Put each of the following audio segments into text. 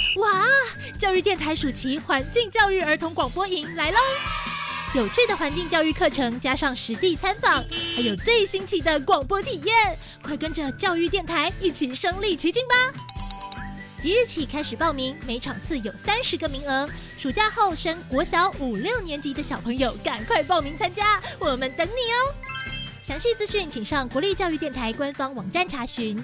哇，教育电台暑期环境教育儿童广播营来咯！有趣的环境教育课程加上实地参访，还有最新奇的广播体验，快跟着教育电台一起身临其境吧！即日起开始报名，每场次有30个名额。暑假后升国小5、6年级的小朋友，赶快报名参加，我们等你哦！详细资讯请上国立教育电台官方网站查询。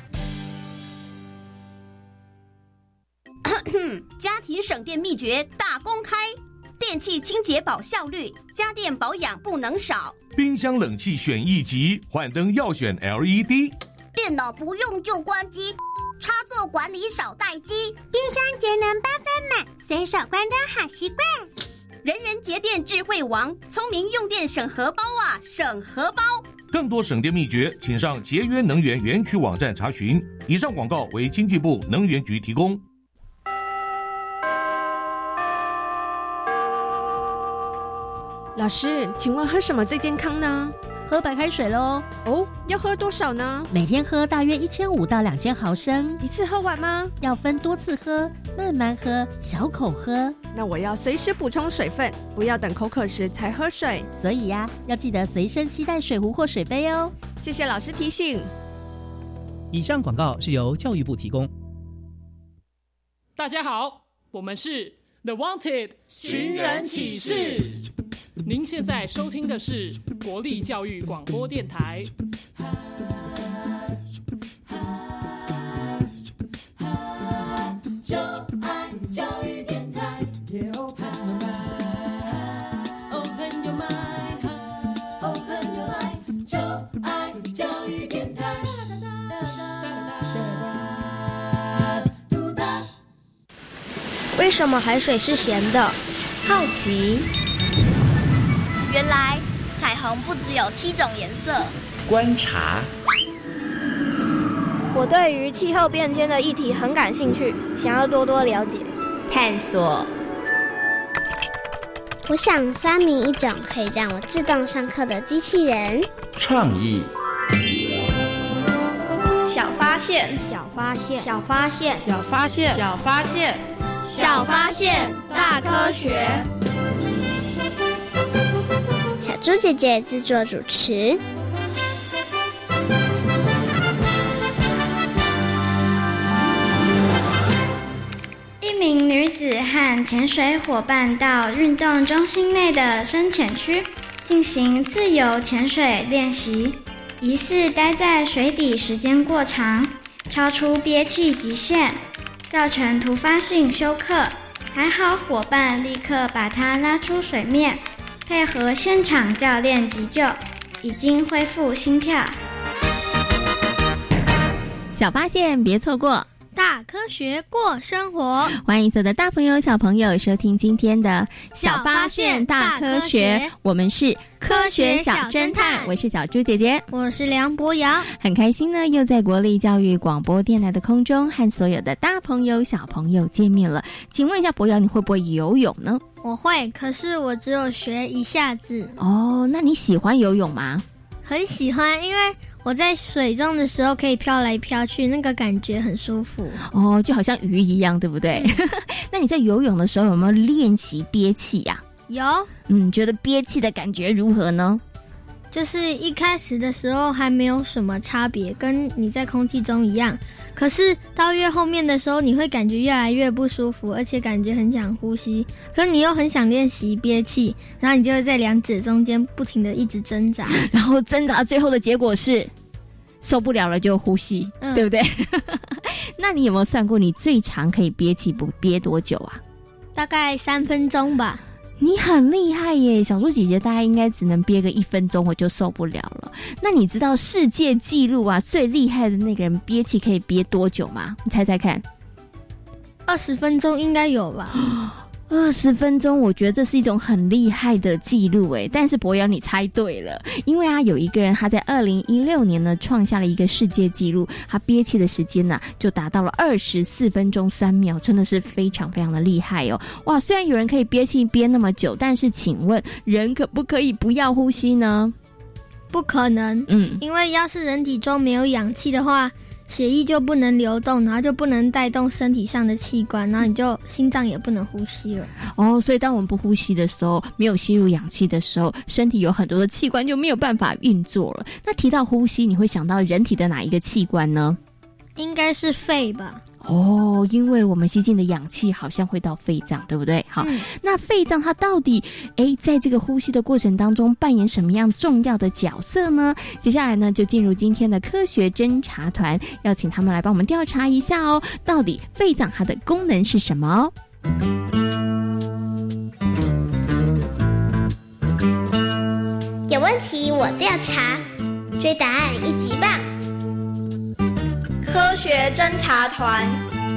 家庭省电秘诀大公开，电器清洁保效率，家电保养不能少。 冰箱冷气选1级，换灯要选 LED。 电脑不用就关机，插座管理少待机。 冰箱节能8分满，随手关灯好习惯。 人人节电智慧王，聪明用电省荷包啊，省荷包。 更多省电秘诀，请上节约能源园区网站查询。以上广告为经济部能源局提供。 老师，请问喝什么最健康呢？ 喝白开水咯。 哦，要喝多少呢？ 每天喝大约1500到2000毫升。 一次喝完吗？ 要分多次喝，慢慢喝，小口喝。 那我要随时补充水分，不要等口渴时才喝水。 所以呀，要记得随身携带水壶或水杯哦。 谢谢老师提醒。 以上广告是由教育部提供。 大家好，我们是 The Wanted 寻人启事。您现在收听的是国立教育广播电台。 就爱教育电台 Open your mind Open your mind 就爱教育电台。 为什么海水是咸的？好奇。 原来彩虹不只有7种颜色。 观察。 我对于气候变迁的议题很感兴趣，想要多多了解。 探索。 我想发明一种可以让我自动上课的机器人。 创意。 小发现， 小发现，小发现， 小发现， 小发现， 小发现，大科学。小猪姐姐制作主持。 一名女子和潜水伙伴到运动中心内的深潜区进行自由潜水练习，疑似待在水底时间过长，超出憋气极限，造成突发性休克。还好伙伴立刻把她拉出水面，配合现场教练急救，已经恢复心跳。 小发现别错过， 大科学过生活。 欢迎所有的大朋友小朋友收听今天的小发现大科学，我们是科学小侦探，我是小猪姐姐， 我是梁博瑶。 很开心呢，又在国立教育广播电台的空中和所有的大朋友小朋友见面了。请问一下博瑶，你会不会游泳呢？ 我会，可是我只有学一下子。 哦，那你喜欢游泳吗？ 很喜欢，因为我在水中的时候可以飘来飘去，那个感觉很舒服。 哦，就好像鱼一样，对不对？那你在游泳的时候有没有练习憋气呀？ 有。 觉得憋气的感觉如何呢？ 就是一开始的时候还没有什么差别，跟你在空气中一样。可是到越后面的时候，你会感觉越来越不舒服，而且感觉很想呼吸，可是你又很想练习憋气，然后你就会在两者中间不停的一直挣扎， 然后挣扎最后的结果是受不了了就呼吸，对不对？那你有没有算过你最长可以憋气不憋多久啊？ 大概3分钟吧。 你很厉害耶，小猪姐姐大概应该只能憋个1分钟我就受不了了。那你知道世界纪录啊最厉害的那个人憋气可以憋多久吗？你猜猜看。 20分钟应该有吧。 20分钟，我觉得这是一种很厉害的记录诶。但是博瑶你猜对了，因为有一个人他在2016年呢创下了一个世界纪录，他憋气的时间呢就达到了24分钟3秒，真的是非常非常的厉害哦。哇，虽然有人可以憋气憋那么久，但是请问人可不可以不要呼吸呢？ 不可能，因为要是人体中没有氧气的话， 血液就不能流动，然后就不能带动身体上的器官，然后你就心脏也不能呼吸了。 哦，所以当我们不呼吸的时候，没有吸入氧气的时候，身体有很多的器官就没有办法运作了。那提到呼吸，你会想到人体的哪一个器官呢？ 应该是肺吧。 哦，因为我们吸进的氧气好像会到肺脏，对不对？好，那肺脏它到底在这个呼吸的过程当中扮演什么样重要的角色呢？接下来呢，就进入今天的科学侦查团，要请他们来帮我们调查一下哦，到底肺脏它的功能是什么哦？ 有问题我调查，追答案1级棒！ 科学侦查团。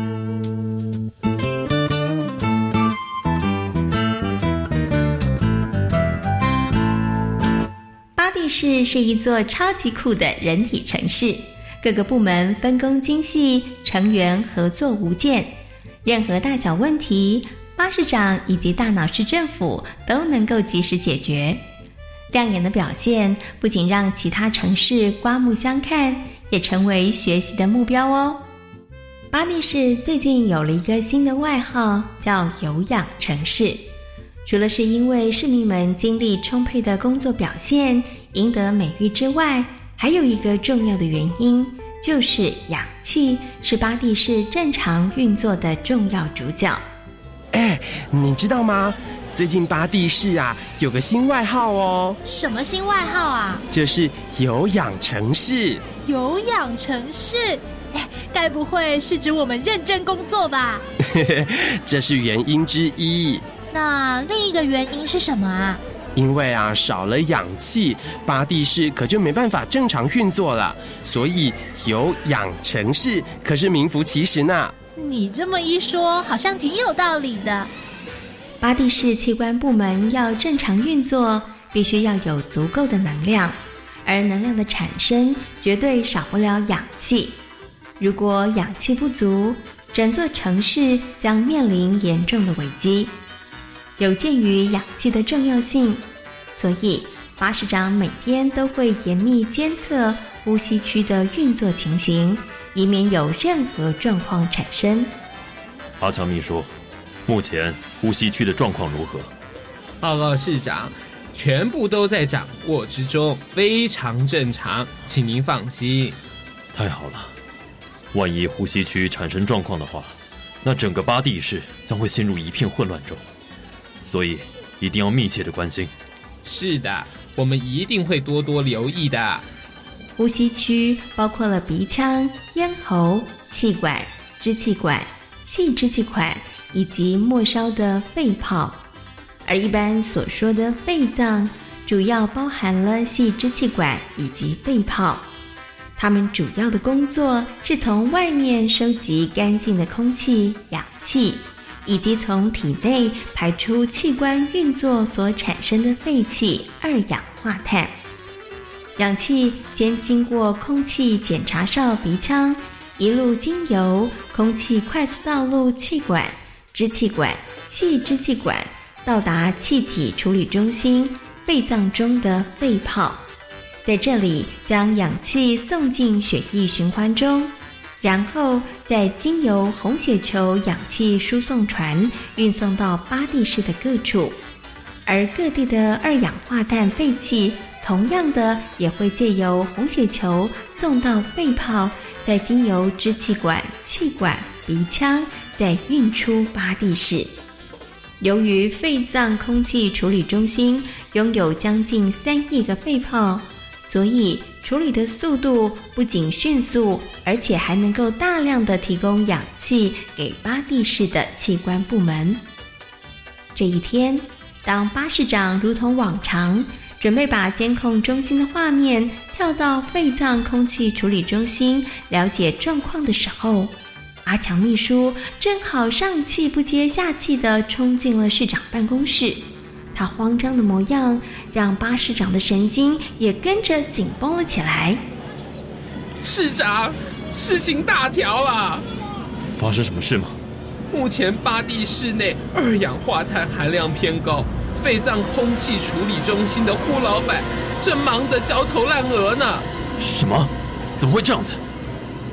巴蒂市是一座超级酷的人体城市，各个部门分工精细，成员合作无间，任何大小问题，巴士长以及大脑市政府都能够及时解决。亮眼的表现不仅让其他城市刮目相看，也成为学习的目标哦。巴蒂市最近有了一个新的外号，叫有氧城市。除了是因为市民们精力充沛的工作表现赢得美誉之外，还有一个重要的原因，就是氧气是巴蒂市正常运作的重要主角。 你知道吗？最近巴蒂市有个新外号哦。 什么新外号啊？ 就是有氧城市。 有氧城市？该不会是指我们认真工作吧？ 这是原因之一。 那另一个原因是什么啊？ 因为少了氧气，巴蒂市可就没办法正常运作了，所以有氧城市可是名副其实呢。 你这么一说，好像挺有道理的。 巴蒂市器官部门要正常运作，必须要有足够的能量，而能量的产生绝对少不了氧气。如果氧气不足，整座城市将面临严重的危机。有鉴于氧气的重要性，所以巴士长每天都会严密监测呼吸区的运作情形，以免有任何状况产生。 阿强秘书，目前呼吸区的状况如何？ 报告市长，全部都在掌握之中，非常正常，请您放心。 太好了，万一呼吸区产生状况的话，那整个巴蒂市将会陷入一片混乱中，所以一定要密切的关心。 是的，我们一定会多多留意的。 呼吸区包括了鼻腔、咽喉、气管、支气管、细支气管以及末梢的肺泡，而一般所说的肺脏主要包含了细支气管以及肺泡。它们主要的工作是从外面收集干净的空气、氧气，以及从体内排出器官运作所产生的废气二氧化碳。氧气先经过空气检查哨鼻腔，一路经由空气快速道路气管、支气管、细支气管，到达气体处理中心肺脏中的肺泡，在这里将氧气送进血液循环中，然后再经由红血球氧气输送船运送到巴蒂市的各处，而各地的二氧化碳废气同样的也会借由红血球送到肺泡，再经由支气管、气管、鼻腔，再运出巴蒂市。由于肺脏空气处理中心拥有将近3亿个肺泡，所以处理的速度不仅迅速，而且还能够大量的提供氧气给巴蒂市的器官部门。这一天，当巴士长如同往常准备把监控中心的画面跳到肺脏空气处理中心了解状况的时候，阿强秘书正好上气不接下气地冲进了市长办公室。他慌张的模样让巴士长的神经也跟着紧绷了起来。 市长，事情大条了！ 发生什么事吗？ 目前巴蒂市内二氧化碳含量偏高，肺脏空气处理中心的胡老板正忙得焦头烂额呢。 什么？怎么会这样子？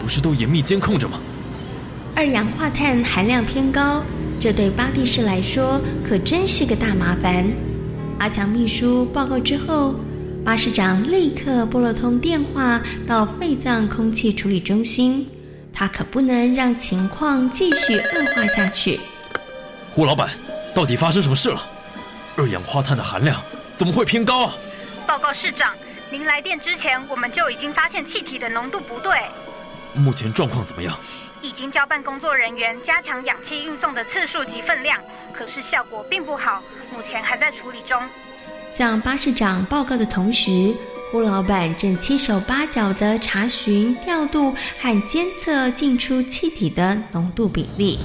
不是都严密监控着吗？ 二氧化碳含量偏高，这对巴蒂市来说可真是个大麻烦。阿强秘书报告之后，巴士长立刻拨了通电话到废葬空气处理中心，他可不能让情况继续恶化下去。 胡老板，到底发生什么事了？二氧化碳的含量怎么会偏高啊？ 报告市长，您来电之前，我们就已经发现气体的浓度不对。 目前状况怎么样？ 已经交办工作人员加强氧气运送的次数及分量，可是效果并不好，目前还在处理中。 向巴士长报告的同时，胡老板正七手八脚地查询、调度和监测进出气体的浓度比例。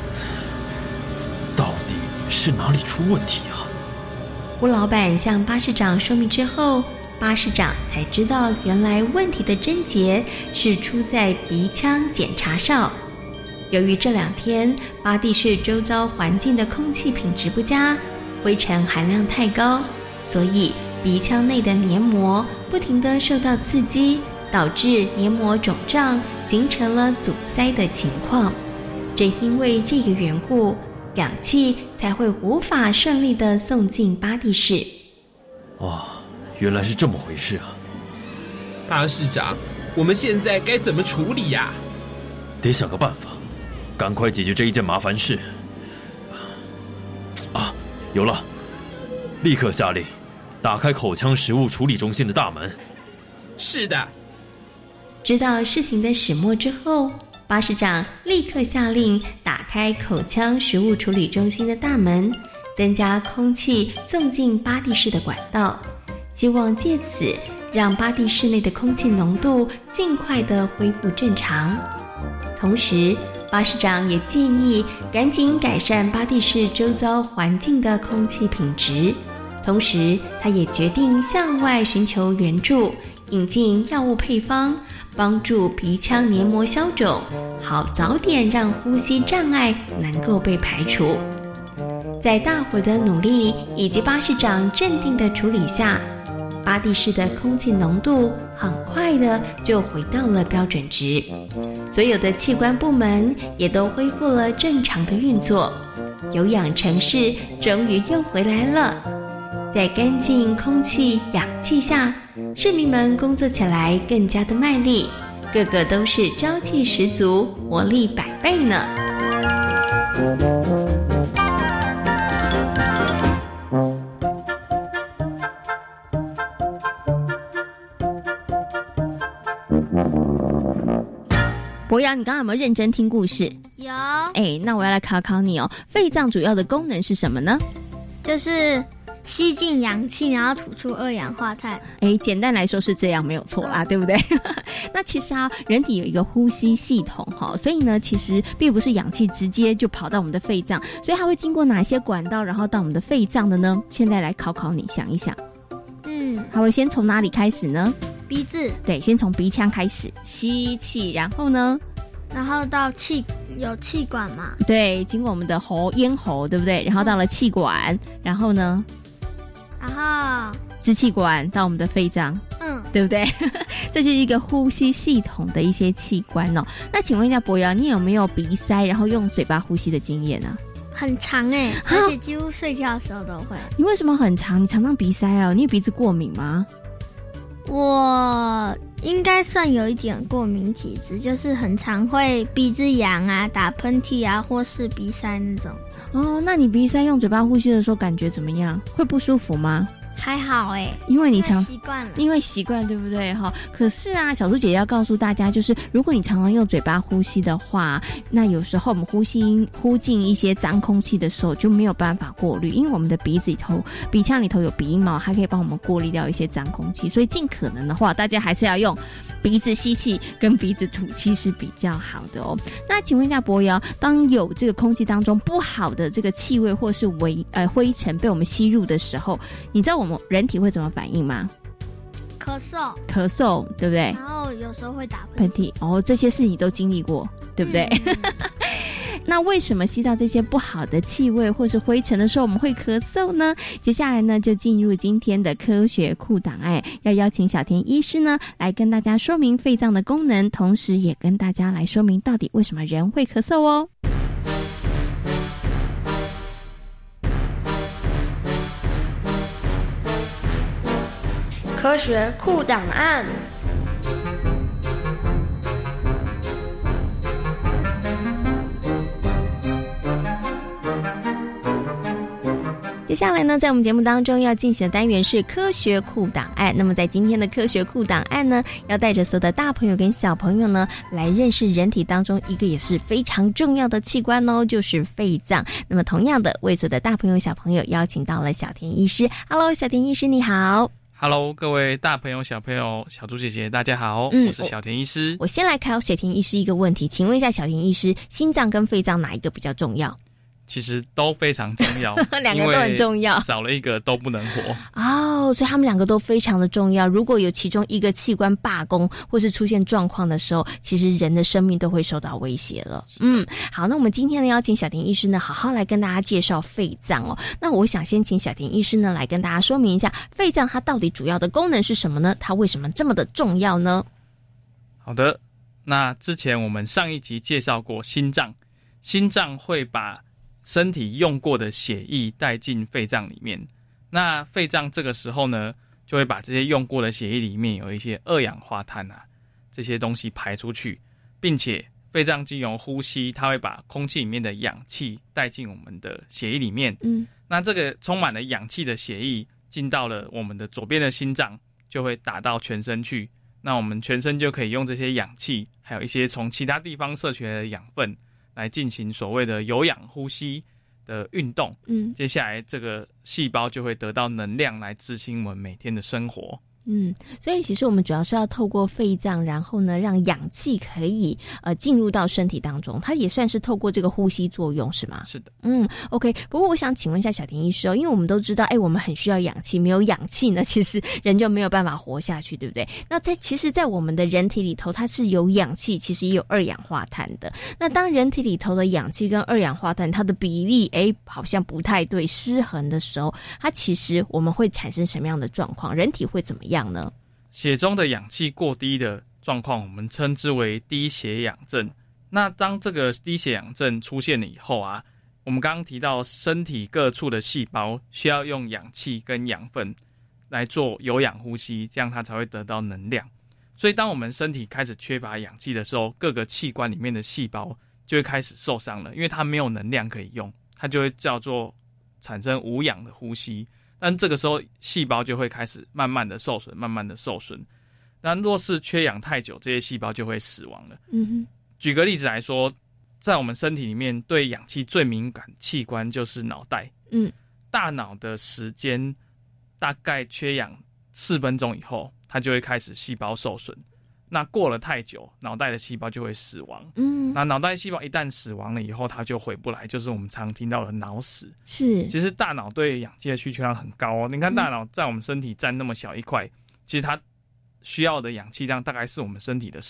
到底是哪里出问题啊？ 胡老板向巴士长说明之后，巴士长才知道原来问题的症结是出在鼻腔检查哨。由于这2天巴蒂市周遭环境的空气品质不佳，灰尘含量太高，所以鼻腔内的黏膜不停地受到刺激，导致黏膜肿胀，形成了阻塞的情况。正因为这个缘故，氧气才会无法顺利地送进巴蒂市。 原来是这么回事啊！ 巴士长，我们现在该怎么处理呀？ 得想个办法，赶快解决这一件麻烦事。有了！立刻下令打开口腔食物处理中心的大门。 是的。 知道事情的始末之后，巴士长立刻下令打开口腔食物处理中心的大门，增加空气送进巴蒂市的管道，希望借此让巴蒂市内的空气浓度尽快地恢复正常。同时，巴士长也建议赶紧改善巴蒂市周遭环境的空气品质。同时，他也决定向外寻求援助，引进药物配方，帮助鼻腔黏膜消肿，好早点让呼吸障碍能够被排除。在大伙的努力以及巴士长镇定的处理下，巴蒂市的空气浓度很快的就回到了标准值，所有的器官部门也都恢复了正常的运作，有氧城市终于又回来了。在干净空气、氧气下，市民们工作起来更加的卖力，个个都是朝气十足，活力100倍呢。 博瑶，你刚刚有没有认真听故事？ 有。 那我要来考考你哦。肺脏主要的功能是什么呢？ 就是吸进氧气，然后吐出二氧化碳。 简单来说是这样，没有错啦，对不对？那其实人体有一个呼吸系统所以呢，其实并不是氧气直接就跑到我们的肺脏，所以它会经过哪些管道，然后到我们的肺脏的呢？现在来考考你，想一想。它会先从哪里开始呢？ 鼻子。 对，先从鼻腔开始吸气，然后呢？ 然后到有气管嘛？ 对，经过我们的咽喉，对不对？然后到了气管，然后呢？ 然后支气管到我们的肺脏，对不对？这就是一个呼吸系统的一些器官哦。那请问一下博瑶，你有没有鼻塞然后用嘴巴呼吸的经验呢？ 很长而且几乎睡觉的时候都会。 你为什么很长？你常常鼻塞啊？你有鼻子过敏吗？ 我应该算有一点过敏体质，就是很常会鼻子痒啊、打喷嚏啊，或是鼻塞那种。 那你鼻塞用嘴巴呼吸的时候感觉怎么样？会不舒服吗？ 还好因为你习惯了， 因为习惯，对不对可是小猪姐要告诉大家，就是如果你常常用嘴巴呼吸的话，那有时候我们呼进一些脏空气的时候就没有办法过滤，因为我们的鼻腔里头有鼻毛，还可以帮我们过滤掉一些脏空气，所以尽可能的话，大家还是要用鼻子吸气跟鼻子吐气是比较好的哦。那请问一下博瑶，当有这个空气当中不好的这个气味或是灰尘被我们吸入的时候，你知道我们人体会怎么反应吗？咳嗽，对不对？ 然后有时候会打喷嚏。 这些事你都经历过，对不对？ 那为什么吸到这些不好的气味或是灰尘的时候我们会咳嗽呢？接下来呢就进入今天的科学库档案，要邀请小田医师呢来跟大家说明肺脏的功能，同时也跟大家来说明到底为什么人会咳嗽哦。 科学库档案。 接下来呢，在我们节目当中要进行的单元是科学库档案。那么在今天的科学库档案呢，要带着所有的大朋友跟小朋友呢，来认识人体当中一个也是非常重要的器官哦，就是肺脏。那么同样的，为所有的大朋友小朋友邀请到了小田医师。Hello， 小田医师你好。 Hello， 各位大朋友、小朋友、小猪姐姐，大家好，我是小田医师。 我先来考小田医师一个问题，请问一下小田医师，心脏跟肺脏哪一个比较重要？ 其实都非常重要， 两个都很重要， 少了一个都不能活哦，所以他们两个都非常的重要。如果有其中一个器官罢工或是出现状况的时候，其实人的生命都会受到威胁了。好，那我们今天呢邀请小田医师呢好好来跟大家介绍肺脏哦。那我想先请小田医师呢来跟大家说明一下肺脏它到底主要的功能是什么呢？它为什么这么的重要呢？ 好的，那之前我们上一集介绍过心脏，心脏会把身体用过的血液带进肺脏里面，那肺脏这个时候呢，就会把这些用过的血液里面有一些二氧化碳啊这些东西排出去，并且肺脏经由呼吸，它会把空气里面的氧气带进我们的血液里面。那这个充满了氧气的血液进到了我们的左边的心脏，就会打到全身去。那我们全身就可以用这些氧气，还有一些从其他地方摄取来的养分，来进行所谓的有氧呼吸的运动。接下来这个细胞就会得到能量来执行我们每天的生活。 所以其实我们主要是要透过肺脏，然后呢让氧气可以进入到身体当中，它也算是透过这个呼吸作用是吗？ 是的。 OK， 不过我想请问一下小田医师哦，因为我们都知道我们很需要氧气，没有氧气呢其实人就没有办法活下去，对不对？那其实在我们的人体里头，它是有氧气，其实也有二氧化碳的。那当人体里头的氧气跟二氧化碳它的比例好像不太对，失衡的时候，它其实我们会产生什么样的状况？人体会怎么样呢？ 血中的氧气过低的状况，我们称之为低血氧症。那当这个低血氧症出现了以后啊，我们刚刚提到身体各处的细胞需要用氧气跟养分来做有氧呼吸，这样它才会得到能量。所以当我们身体开始缺乏氧气的时候，各个器官里面的细胞就会开始受伤了，因为它没有能量可以用，它就会叫做产生无氧的呼吸。但这个时候细胞就会开始慢慢的受损，慢慢的受损。但若是缺氧太久，这些细胞就会死亡了。举个例子来说，在我们身体里面对氧气最敏感器官就是脑袋。大脑的时间大概缺氧4分钟以后，它就会开始细胞受损。那过了太久，脑袋的细胞就会死亡。那脑袋细胞一旦死亡了以后，它就回不来，就是我们常听到的脑死。 是， 其实大脑对氧气的需求量很高哦。你看大脑在我们身体占那么小一块，其实它需要的氧气量大概是我们身体的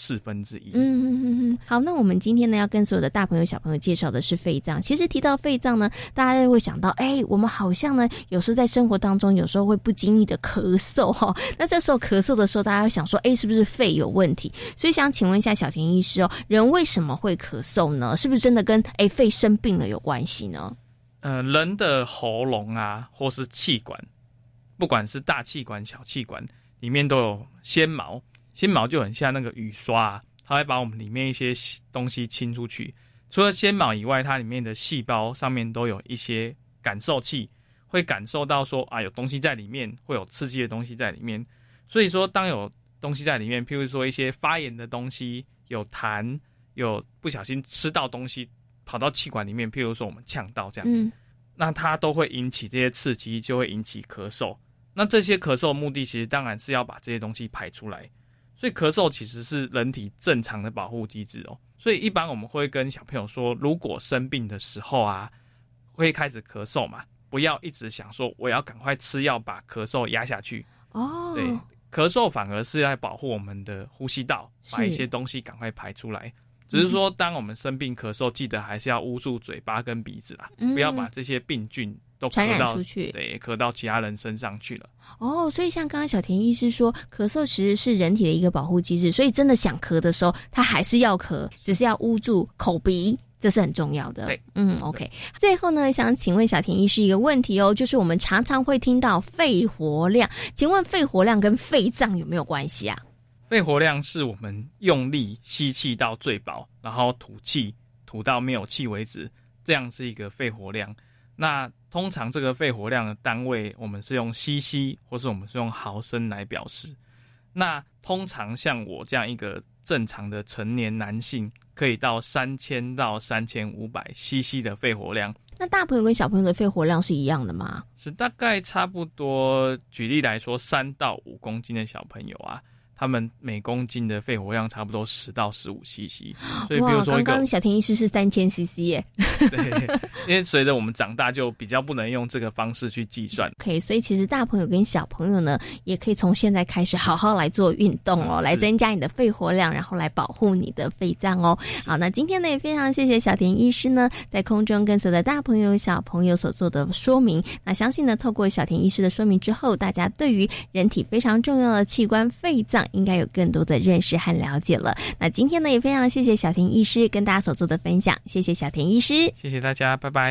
1/4。 好，那我们今天呢要跟所有的大朋友小朋友介绍的是肺脏。其实提到肺脏呢，大家就会想到我们好像呢有时候在生活当中有时候会不经意的咳嗽那这时候咳嗽的时候，大家会想说是不是肺有问题？所以想请问一下小田医师人为什么会咳嗽呢？是不是真的跟肺生病了有关系呢？ 人的喉咙啊或是气管，不管是大气管小气管里面都有纤毛，纤毛就很像那个雨刷啊，它会把我们里面一些东西清出去。除了纤毛以外，它里面的细胞上面都有一些感受器，会感受到说有东西在里面，会有刺激的东西在里面。所以说当有东西在里面，譬如说一些发炎的东西，有痰，有不小心吃到东西跑到气管里面，譬如说我们呛到这样子，那它都会引起这些刺激，就会引起咳嗽。那这些咳嗽的目的其实当然是要把这些东西排出来，所以咳嗽其实是人体正常的保护机制所以一般我们会跟小朋友说，如果生病的时候啊，会开始咳嗽嘛，不要一直想说我要赶快吃药把咳嗽压下去。对，咳嗽反而是在保护我们的呼吸道，把一些东西赶快排出来。 只是说当我们生病咳嗽，记得还是要捂住嘴巴跟鼻子啦，不要把这些病菌都传染出去， 对，咳到其他人身上去了。 所以像刚刚小田医师说，咳嗽其实是人体的一个保护机制，所以真的想咳的时候，他还是要咳，只是要捂住口鼻，这是很重要的。 对 ，OK。最后呢，想请问小田医师一个问题就是我们常常会听到肺活量，请问肺活量跟肺脏有没有关系啊？ 肺活量是我们用力吸气到最饱，然后吐气吐到没有气为止，这样是一个肺活量。那通常这个肺活量的单位，我们是用 cc 或是我们是用毫升来表示。那通常像我这样一个正常的成年男性，可以到3000到3500 cc 的肺活量。 那大朋友跟小朋友的肺活量是一样的吗？ 是大概差不多。举例来说，3到5公斤的小朋友啊，他们每公斤的肺活量差不多10到15 cc， 所以比如说刚刚小田医师是3000 cc 耶。 对，因为随着我们长大，就比较不能用这个方式去计算。 OK， 所以其实大朋友跟小朋友呢，也可以从现在开始好好来做运动来增加你的肺活量，然后来保护你的肺脏哦。好，那今天呢也非常谢谢小田医师呢，在空中跟所有的大朋友小朋友所做的说明。那相信呢，透过小田医师的说明之后，大家对于人体非常重要的器官肺脏应该有更多的认识和了解了。那今天呢也非常谢谢小田医师跟大家所做的分享，谢谢小田医师， 谢谢大家，拜拜。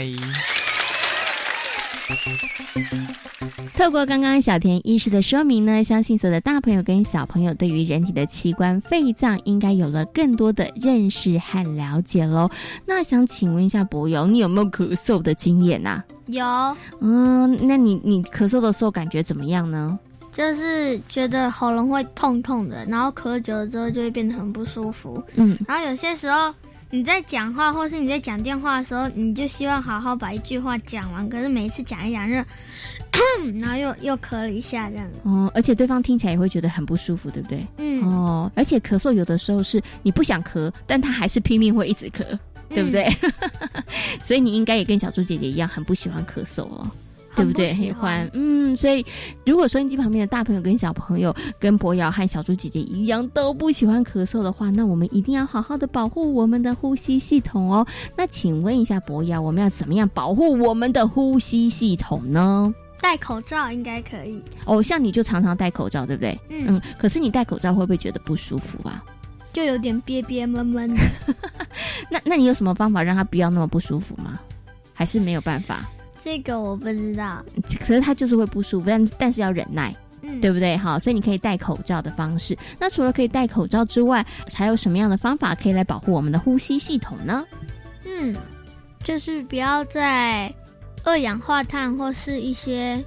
透过刚刚小田医师的说明呢，相信所有的大朋友跟小朋友对于人体的器官肺脏应该有了更多的认识和了解咯。那想请问一下博瑶，你有没有咳嗽的经验啊？ 有。 那你咳嗽的时候感觉怎么样呢？ 就是觉得喉咙会痛痛的，然后咳久了之后就会变得很不舒服。然后有些时候你在讲话或是你在讲电话的时候，你就希望好好把一句话讲完，可是每一次讲一讲就然后又咳了一下这样。 而且对方听起来也会觉得很不舒服，对不对？而且咳嗽有的时候是你不想咳，但他还是拼命会一直咳，对不对？所以你应该也跟小猪姐姐一样很不喜欢咳嗽哦，对不对？喜欢。所以如果收音机旁边的大朋友跟小朋友跟博瑶和小猪姐姐一样都不喜欢咳嗽的话，那我们一定要好好的保护我们的呼吸系统哦。那请问一下博瑶，我们要怎么样保护我们的呼吸系统呢？ 戴口罩应该可以。 像你就常常戴口罩，对不对？可是你戴口罩会不会觉得不舒服啊？ 就有点憋憋闷闷的。 那你有什么方法让它不要那么不舒服吗？还是没有办法？ 这个我不知道， 可是它就是会不舒服，但是要忍耐，对不对？好，所以你可以戴口罩的方式。那除了可以戴口罩之外，还有什么样的方法可以来保护我们的呼吸系统呢？ 就是不要在二氧化碳或是一些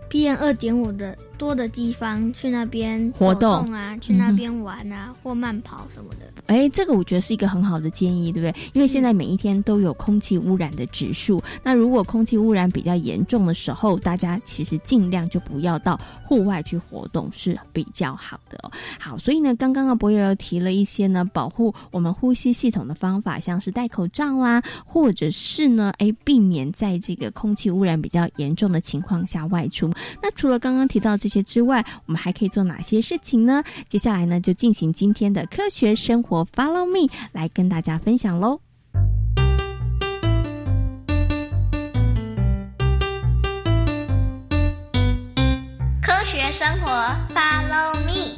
PM2.5 的多的地方去那边活动啊，去那边玩啊，或慢跑什么的。 这个我觉得是一个很好的建议，对不对？因为现在每一天都有空气污染的指数，那如果空气污染比较严重的时候，大家其实尽量就不要到户外去活动是比较好的哦。好，所以呢，刚刚博瑶提了一些呢保护我们呼吸系统的方法，像是戴口罩啦，或者是呢避免在这个空气污染比较严重的情况下外出。那除了刚刚提到这些之外，我们还可以做哪些事情呢？接下来呢就进行今天的科学生活 Follow Me 来跟大家分享咯。 科学生活 Follow Me。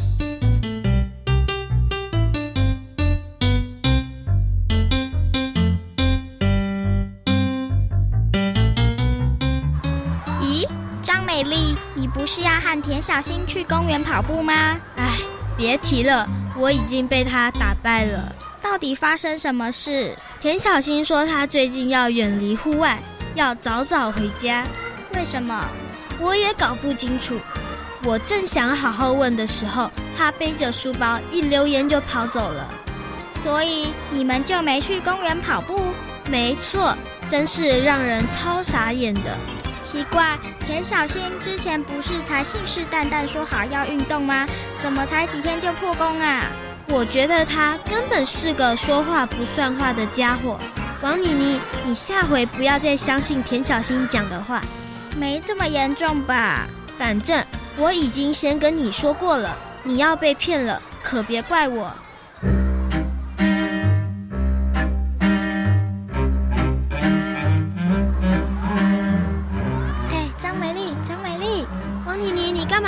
咦，张美丽，你不是要和田小新去公园跑步吗？ 别提了，我已经被他打败了。 到底发生什么事？ 田小新说他最近要远离户外，要早早回家。 为什么？ 我也搞不清楚。我正想好好问的时候，他背着书包一溜烟就跑走了。 所以你们就没去公园跑步？ 没错，真是让人超傻眼的。 奇怪，田小新之前不是才信誓旦旦说好要运动吗？怎么才几天就破功啊？ 我觉得他根本是个说话不算话的家伙。王妮妮，你下回不要再相信田小新讲的话。 没这么严重吧？ 反正我已经先跟你说过了，你要被骗了，可别怪我。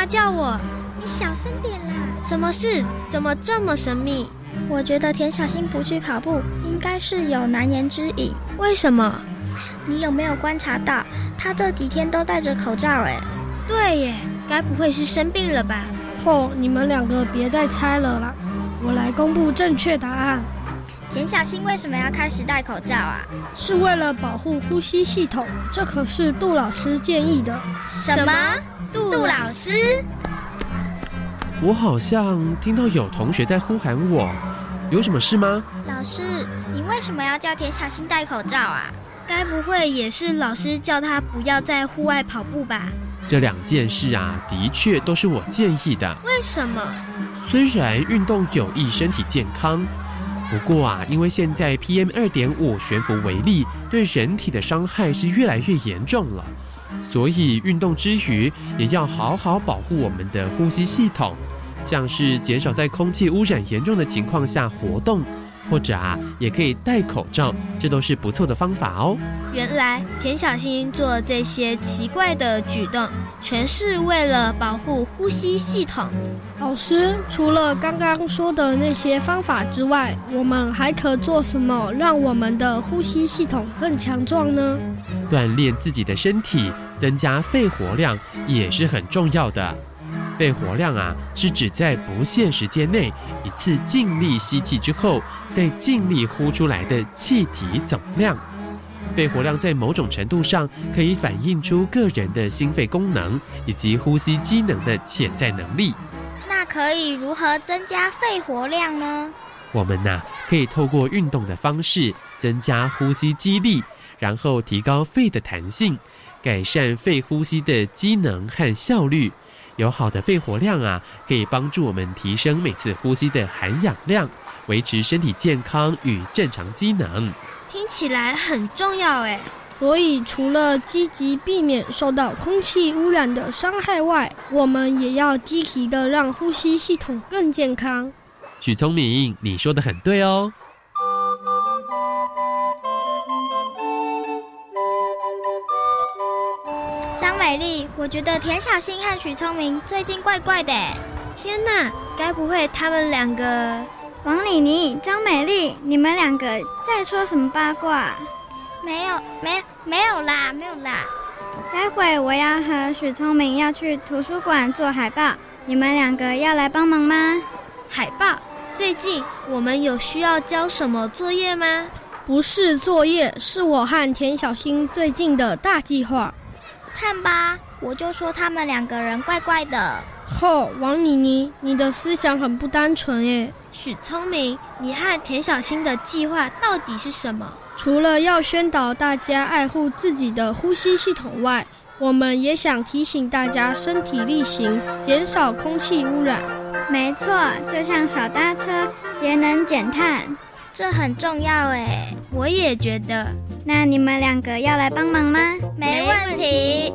叫我？ 你小声点啦！ 什么事？怎么这么神秘？ 我觉得田小星不去跑步，应该是有难言之隐。 为什么？ 你有没有观察到，他这几天都戴着口罩？ 对耶，该不会是生病了吧？ 你们两个别再猜了啦，我来公布正确答案。 田小星为什么要开始戴口罩啊？ 是为了保护呼吸系统，这可是杜老师建议的。 什么？杜老师？ 我好像听到有同学在呼喊我，有什么事吗？ 老师，你为什么要叫田小星戴口罩啊？ 该不会也是老师叫他不要在户外跑步吧？ 这2件事啊，的确都是我建议的。 为什么？ 虽然运动有益身体健康，不过啊，因为现在 PM2.5 悬浮微粒对人体的伤害是越来越严重了，所以运动之余也要好好保护我们的呼吸系统，像是减少在空气污染严重的情况下活动，或者也可以戴口罩，这都是不错的方法哦。 原来田小星做这些奇怪的举动，全是为了保护呼吸系统。 老师，除了刚刚说的那些方法之外，我们还可做什么让我们的呼吸系统更强壮呢？ 锻炼自己的身体，增加肺活量也是很重要的。肺活量是指在不限时间内一次尽力吸气之后，再尽力呼出来的气体总量。肺活量在某种程度上可以反映出个人的心肺功能以及呼吸机能的潜在能力。 那可以如何增加肺活量呢？ 我们可以透过运动的方式增加呼吸肌力，然后提高肺的弹性，改善肺呼吸的机能和效率。有好的肺活量可以帮助我们提升每次呼吸的含氧量，维持身体健康与正常机能。 听起来很重要耶。 所以除了积极避免受到空气污染的伤害外，我们也要积极的让呼吸系统更健康。 许聪明，你说得很对哦。 张美丽，我觉得田小星和许聪明最近怪怪的。 天哪，该不会他们两个…… 王妮妮、张美丽，你们两个在说什么八卦？ 没有啦。 待会我要和许聪明要去图书馆做海报，你们两个要来帮忙吗？ 海报？最近我们有需要交什么作业吗？ 不是作业，是我和田小星最近的大计划。 看吧，我就说他们两个人怪怪的。 王妮妮，你的思想很不单纯耶。 许聪明，你和田小星的计划到底是什么？ 除了要宣导大家爱护自己的呼吸系统外，我们也想提醒大家身体力行，减少空气污染。 没错，就像少搭车、节能减碳， 这很重要耶。 我也觉得。 那你们两个要来帮忙吗？ 没问题。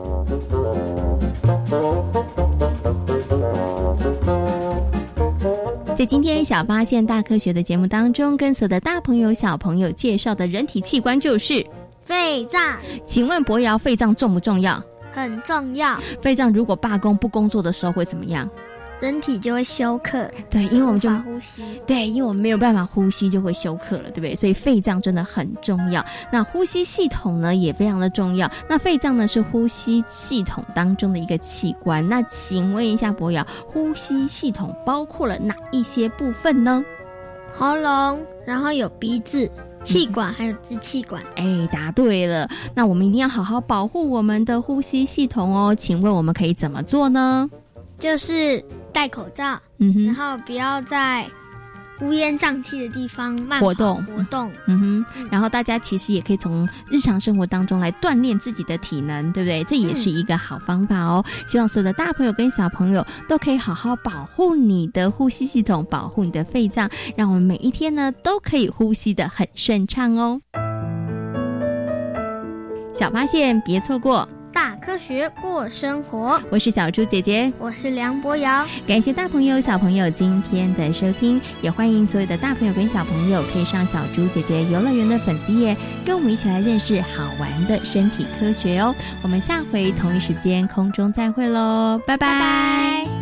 在今天小发现大科学的节目当中，跟所有的大朋友小朋友介绍的人体器官就是肺脏。请问博瑶，肺脏重不重要？ 很重要。 肺脏如果罢工不工作的时候会怎么样？ 人体就会休克。 对，因为我们就无法呼吸。 对，因为我们没有办法呼吸，就会休克了，对不对？所以肺脏真的很重要。那呼吸系统呢也非常的重要。那肺脏呢是呼吸系统当中的一个器官。那请问一下博瑶，呼吸系统包括了哪一些部分呢？ 喉咙，然后有鼻子、气管还有支气管。 答对了。那我们一定要好好保护我们的呼吸系统哦。请问我们可以怎么做呢？ 就是戴口罩，然后不要在乌烟瘴气的地方活动。 然后大家其实也可以从日常生活当中来锻炼自己的体能，对不对？这也是一个好方法哦。希望所有的大朋友跟小朋友都可以好好保护你的呼吸系统，保护你的肺脏，让我们每一天呢都可以呼吸得很顺畅哦。小发现别错过， 大大科学过生活。 我是小猪姐姐， 我是梁博瑶。 感谢大朋友小朋友今天的收听，也欢迎所有的大朋友跟小朋友可以上小猪姐姐游乐园的粉丝页，跟我们一起来认识好玩的身体科学哦。我们下回同一时间空中再会咯，拜拜。